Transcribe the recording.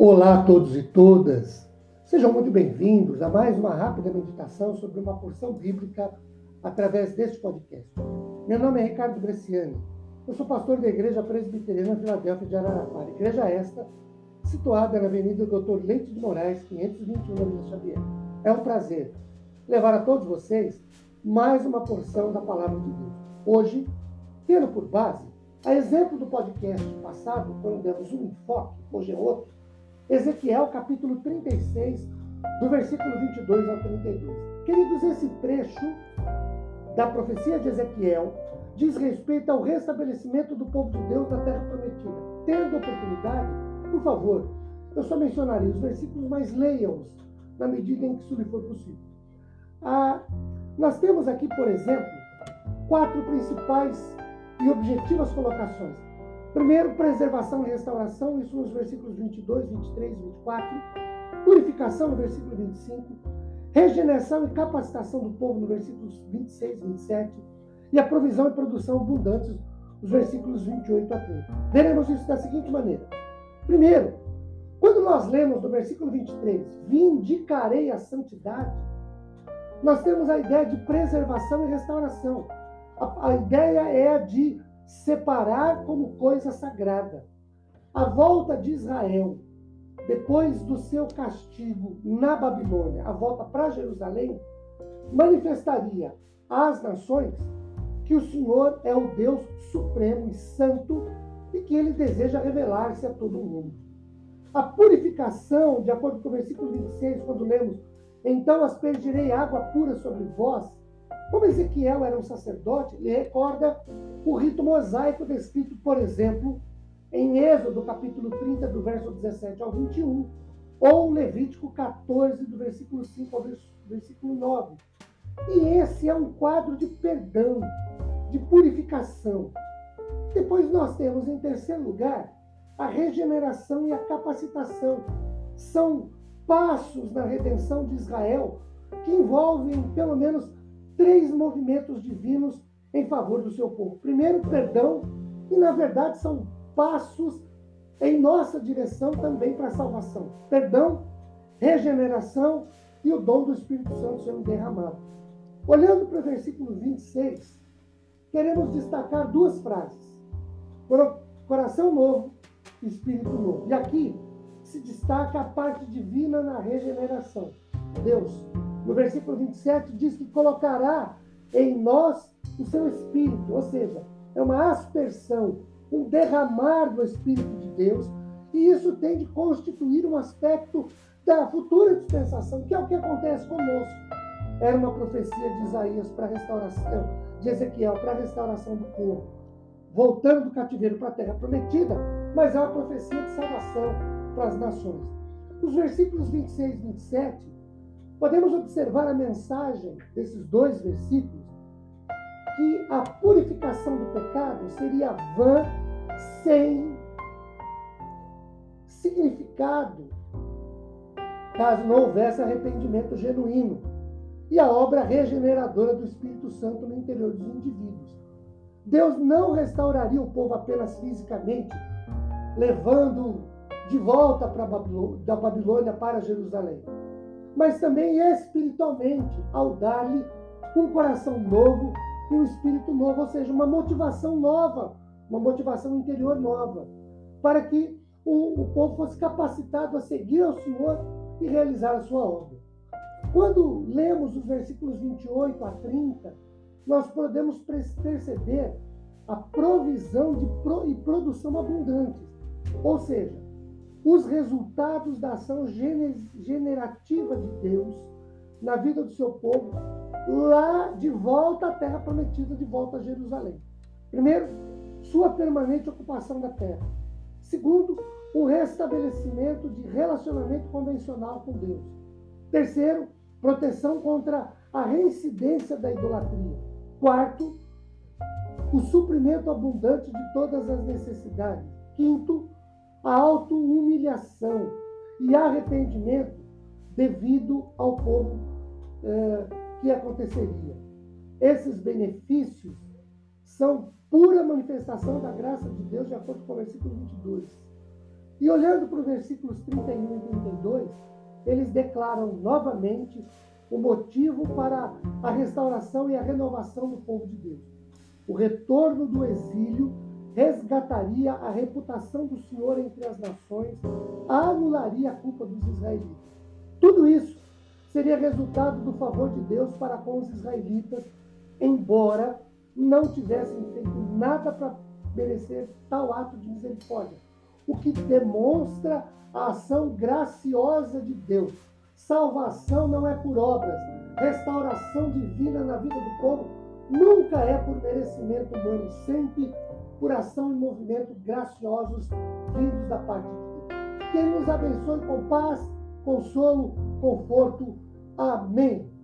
Olá a todos e todas, sejam muito bem-vindos a mais uma rápida meditação sobre uma porção bíblica através deste podcast. Meu nome é Ricardo Bresciani, eu sou pastor da Igreja Presbiteriana Filadélfia de Araraquara, igreja esta situada na Avenida Dr. Leite de Moraes, 521, na Vila Xavier. É um prazer levar a todos vocês mais uma porção da Palavra de Deus. Hoje, tendo por base, a exemplo do podcast passado, quando demos um enfoque, hoje é outro, Ezequiel, capítulo 36, do versículo 22 ao 32. Queridos, esse trecho da profecia de Ezequiel diz respeito ao restabelecimento do povo de Deus na terra prometida. Tendo oportunidade, por favor, eu só mencionarei os versículos, mas leiam-os na medida em que isso lhe for possível. Nós temos aqui, por exemplo, 4 principais e objetivas colocações. Primeiro, preservação e restauração, isso nos versículos 22, 23, 24. Purificação, no versículo 25. Regeneração e capacitação do povo, no versículos 26, 27. E a provisão e produção abundantes, os versículos 28 a 30. Veremos isso da seguinte maneira. Primeiro, quando nós lemos no versículo 23, vindicarei a santidade, nós temos a ideia de preservação e restauração. A ideia é de separar como coisa sagrada. A volta de Israel, depois do seu castigo na Babilônia, a volta para Jerusalém, manifestaria às nações que o Senhor é o Deus supremo e santo e que ele deseja revelar-se a todo mundo. A purificação, de acordo com o versículo 26, quando lemos, então aspergirei água pura sobre vós. Como Ezequiel era um sacerdote, ele recorda o rito mosaico descrito, por exemplo, em Êxodo, capítulo 30, do verso 17 ao 21, ou Levítico 14, do versículo 5 ao versículo 9. E esse é um quadro de perdão, de purificação. Depois nós temos, em terceiro lugar, a regeneração e a capacitação. São passos na redenção de Israel que envolvem, pelo menos, 3 movimentos divinos em favor do seu povo. Primeiro, perdão, e na verdade são passos em nossa direção também para a salvação. Perdão, regeneração e o dom do Espírito Santo sendo derramado. Olhando para o versículo 26, queremos destacar 2 frases. Coração novo, Espírito novo. E aqui se destaca a parte divina na regeneração. Deus, no versículo 27, diz que colocará em nós o seu Espírito, ou seja, é uma aspersão, um derramar do Espírito de Deus, e isso tem de constituir um aspecto da futura dispensação, que é o que acontece conosco. Era uma profecia de Isaías para a restauração, de Ezequiel para a restauração do povo, voltando do cativeiro para a terra prometida, mas é uma profecia de salvação para as nações. Os versículos 26 e 27, podemos observar a mensagem desses 2 versículos, que a purificação do pecado seria vã, sem significado, caso não houvesse arrependimento genuíno, e a obra regeneradora do Espírito Santo no interior dos indivíduos. Deus não restauraria o povo apenas fisicamente, levando de volta da Babilônia para Jerusalém, mas também espiritualmente, ao dar-lhe um coração novo e um espírito novo, ou seja, uma motivação nova, uma motivação interior nova, para que o povo fosse capacitado a seguir ao Senhor e realizar a sua obra. Quando lemos os versículos 28 a 30, nós podemos perceber a provisão e produção abundantes, ou seja, os resultados da ação generativa de Deus na vida do seu povo, lá de volta à terra prometida, de volta a Jerusalém. Primeiro, sua permanente ocupação da terra. Segundo, o restabelecimento de relacionamento convencional com Deus. Terceiro, proteção contra a reincidência da idolatria. Quarto, o suprimento abundante de todas as necessidades. Quinto, a auto-humilhação e arrependimento devido ao povo que aconteceria. Esses benefícios são pura manifestação da graça de Deus, de acordo com o versículo 22. E olhando para os versículos 31 e 32, eles declaram novamente o motivo para a restauração e a renovação do povo de Deus. O retorno do exílio resgataria a reputação do Senhor entre as nações, anularia a culpa dos israelitas. Tudo isso seria resultado do favor de Deus para com os israelitas, embora não tivessem feito nada para merecer tal ato de misericórdia, o que demonstra a ação graciosa de Deus. Salvação não é por obras, restauração divina na vida do povo nunca é por merecimento humano, sempre por ação e movimento graciosos vindos da parte de Deus. Que Ele nos abençoe com paz, consolo, conforto. Amém.